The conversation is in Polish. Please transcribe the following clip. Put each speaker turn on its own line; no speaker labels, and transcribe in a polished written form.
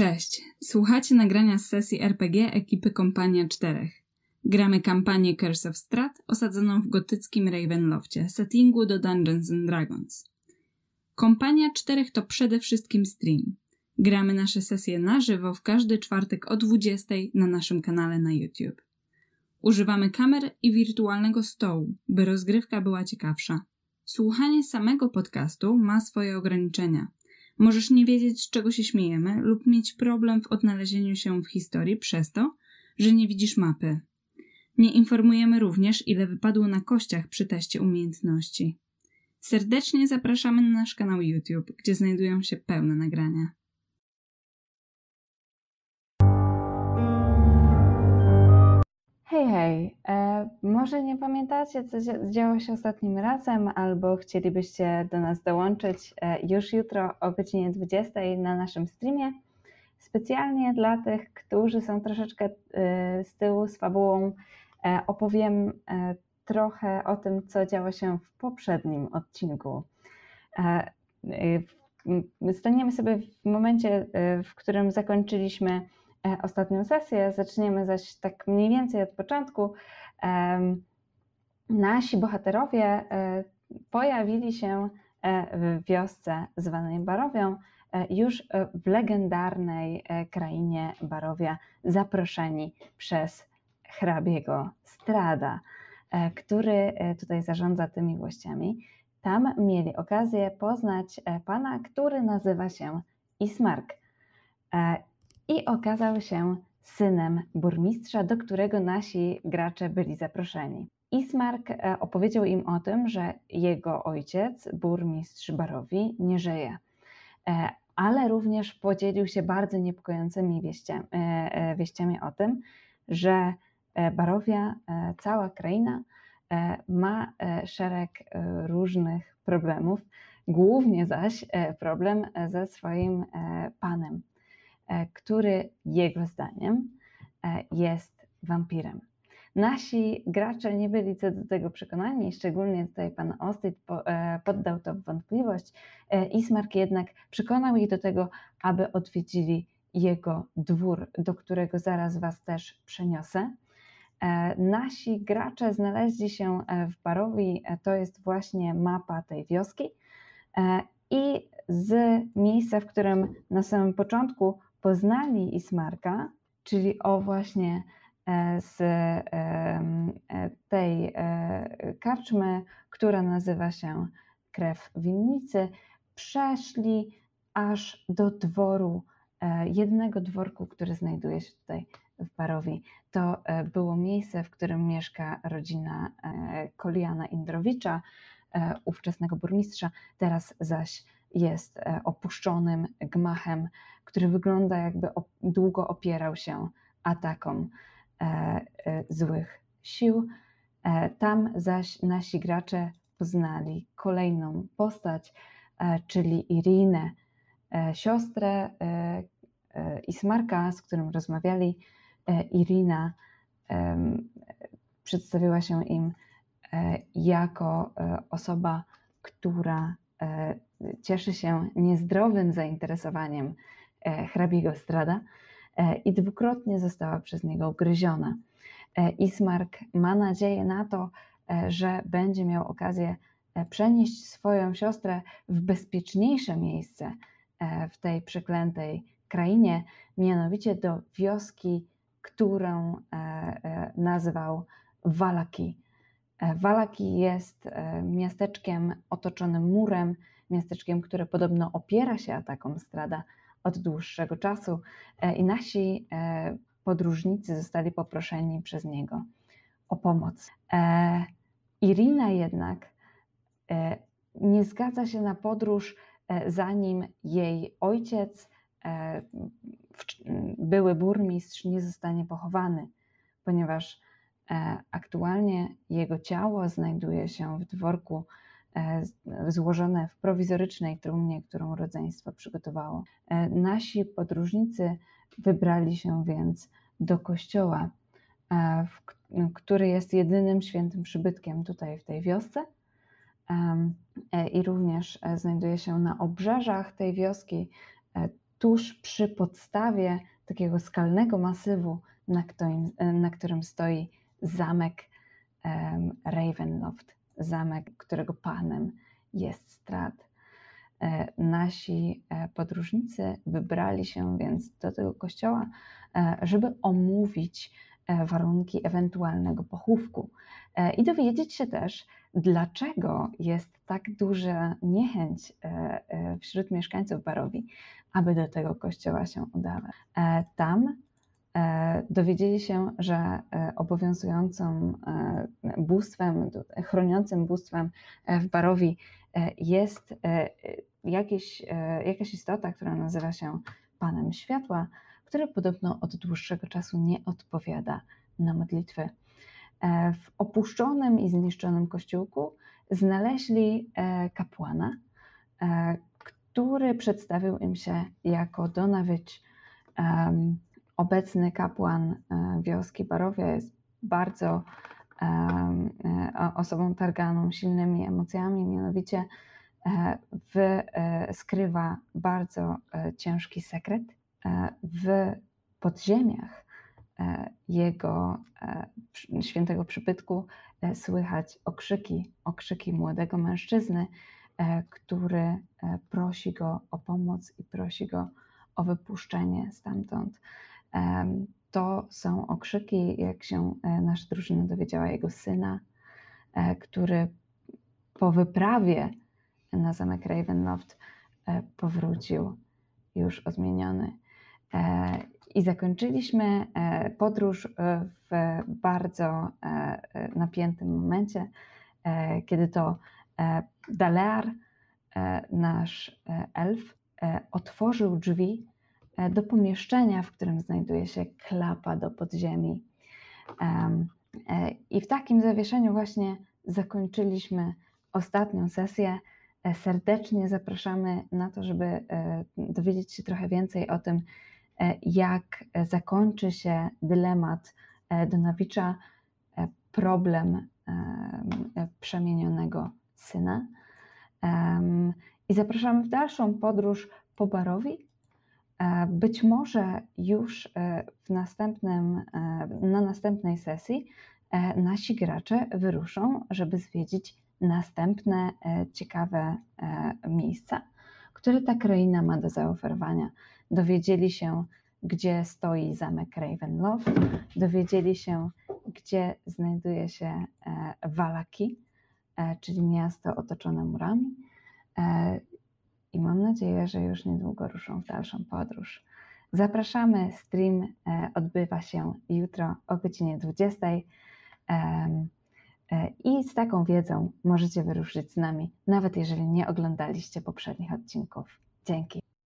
Cześć, słuchacie nagrania z sesji RPG ekipy Kompania 4. Gramy kampanię Curse of Strahd osadzoną w gotyckim Ravenloftie, settingu do Dungeons & Dragons. Kompania 4 to przede wszystkim stream. Gramy nasze sesje na żywo w każdy czwartek o 20 na naszym kanale na YouTube. Używamy kamer i wirtualnego stołu, by rozgrywka była ciekawsza. Słuchanie samego podcastu ma swoje ograniczenia. Możesz nie wiedzieć, z czego się śmiejemy lub mieć problem w odnalezieniu się w historii przez to, że nie widzisz mapy. Nie informujemy również, ile wypadło na kościach przy teście umiejętności. Serdecznie zapraszamy na nasz kanał YouTube, gdzie znajdują się pełne nagrania.
Hej, może nie pamiętacie, co działo się ostatnim razem, albo chcielibyście do nas dołączyć już jutro o godzinie 20 na naszym streamie. Specjalnie dla tych, którzy są troszeczkę z tyłu z fabułą, opowiem trochę o tym, co działo się w poprzednim odcinku. Staniemy sobie w momencie, w którym zakończyliśmy ostatnią sesję, zaczniemy zaś tak mniej więcej od początku. Nasi bohaterowie pojawili się w wiosce zwanej Barowią, już w legendarnej krainie Barowia, zaproszeni przez hrabiego Strahda, który tutaj zarządza tymi włościami. Tam mieli okazję poznać pana, który nazywa się Ismark. I okazał się synem burmistrza, do którego nasi gracze byli zaproszeni. Ismark opowiedział im o tym, że jego ojciec, burmistrz Barowi, nie żyje, ale również podzielił się bardzo niepokojącymi wieściami o tym, że Barowia, cała kraina, ma szereg różnych problemów, głównie zaś problem ze swoim panem, który jego zdaniem jest wampirem. Nasi gracze nie byli co do tego przekonani, szczególnie tutaj pan Ostyd poddał to w wątpliwość. Ismark jednak przekonał ich do tego, aby odwiedzili jego dwór, do którego zaraz was też przeniosę. Nasi gracze znaleźli się w Barowi, to jest właśnie mapa tej wioski, i z miejsca, w którym na samym początku poznali Ismarka, czyli właśnie z tej karczmy, która nazywa się Krew Winnicy, przeszli aż do dworu, jednego dworku, który znajduje się tutaj w Barowi. To było miejsce, w którym mieszka rodzina Koliana Indrowicza, ówczesnego burmistrza, teraz zaś jest opuszczonym gmachem, który wygląda, jakby długo opierał się atakom złych sił. Tam zaś nasi gracze poznali kolejną postać, czyli Irinę, siostrę Ismarka, z którym rozmawiali. Irina przedstawiła się im jako osoba, która cieszy się niezdrowym zainteresowaniem hrabiego Strahda i dwukrotnie została przez niego ugryziona. Ismark ma nadzieję na to, że będzie miał okazję przenieść swoją siostrę w bezpieczniejsze miejsce w tej przeklętej krainie, mianowicie do wioski, którą nazwał Vallaki. Vallaki jest miasteczkiem otoczonym murem, miasteczkiem, które podobno opiera się atakom Strahda od dłuższego czasu i nasi podróżnicy zostali poproszeni przez niego o pomoc. Irina jednak nie zgadza się na podróż, zanim jej ojciec, były burmistrz, nie zostanie pochowany, ponieważ aktualnie jego ciało znajduje się w dworku, złożone w prowizorycznej trumnie, którą rodzeństwo przygotowało. Nasi podróżnicy wybrali się więc do kościoła, który jest jedynym świętym przybytkiem tutaj w tej wiosce i również znajduje się na obrzeżach tej wioski, tuż przy podstawie takiego skalnego masywu, na którym stoi zamek Ravenloft, zamek, którego panem jest Strahd. Nasi podróżnicy wybrali się więc do tego kościoła, żeby omówić warunki ewentualnego pochówku i dowiedzieć się też, dlaczego jest tak duża niechęć wśród mieszkańców Barovii, aby do tego kościoła się udawać. Tam dowiedzieli się, że obowiązującym bóstwem, chroniącym bóstwem w Barovii jest jakaś istota, która nazywa się Panem Światła, który podobno od dłuższego czasu nie odpowiada na modlitwy. W opuszczonym i zniszczonym kościółku znaleźli kapłana, który przedstawił im się jako Donawitch, obecny kapłan wioski Barovia. Jest bardzo osobą targaną silnymi emocjami, mianowicie skrywa bardzo ciężki sekret. W podziemiach jego świętego przybytku słychać okrzyki młodego mężczyzny, który prosi go o pomoc i prosi go o wypuszczenie stamtąd. To są okrzyki, jak się nasza drużyna dowiedziała, jego syna, który po wyprawie na zamek Ravenloft powrócił już odmieniony. I zakończyliśmy podróż w bardzo napiętym momencie, kiedy to Dalear, nasz elf, otworzył drzwi do pomieszczenia, w którym znajduje się klapa do podziemi. I w takim zawieszeniu właśnie zakończyliśmy ostatnią sesję. Serdecznie zapraszamy na to, żeby dowiedzieć się trochę więcej o tym, jak zakończy się dylemat Donawitcha, problem przemienionego syna. I zapraszamy w dalszą podróż po Barovii. Być może już na następnej sesji nasi gracze wyruszą, żeby zwiedzić następne ciekawe miejsca, które ta kraina ma do zaoferowania. Dowiedzieli się, gdzie stoi zamek Ravenloft, dowiedzieli się, gdzie znajduje się Vallaki, czyli miasto otoczone murami. I mam nadzieję, że już niedługo ruszą w dalszą podróż. Zapraszamy, stream odbywa się jutro o godzinie 20. I z taką wiedzą możecie wyruszyć z nami, nawet jeżeli nie oglądaliście poprzednich odcinków. Dzięki.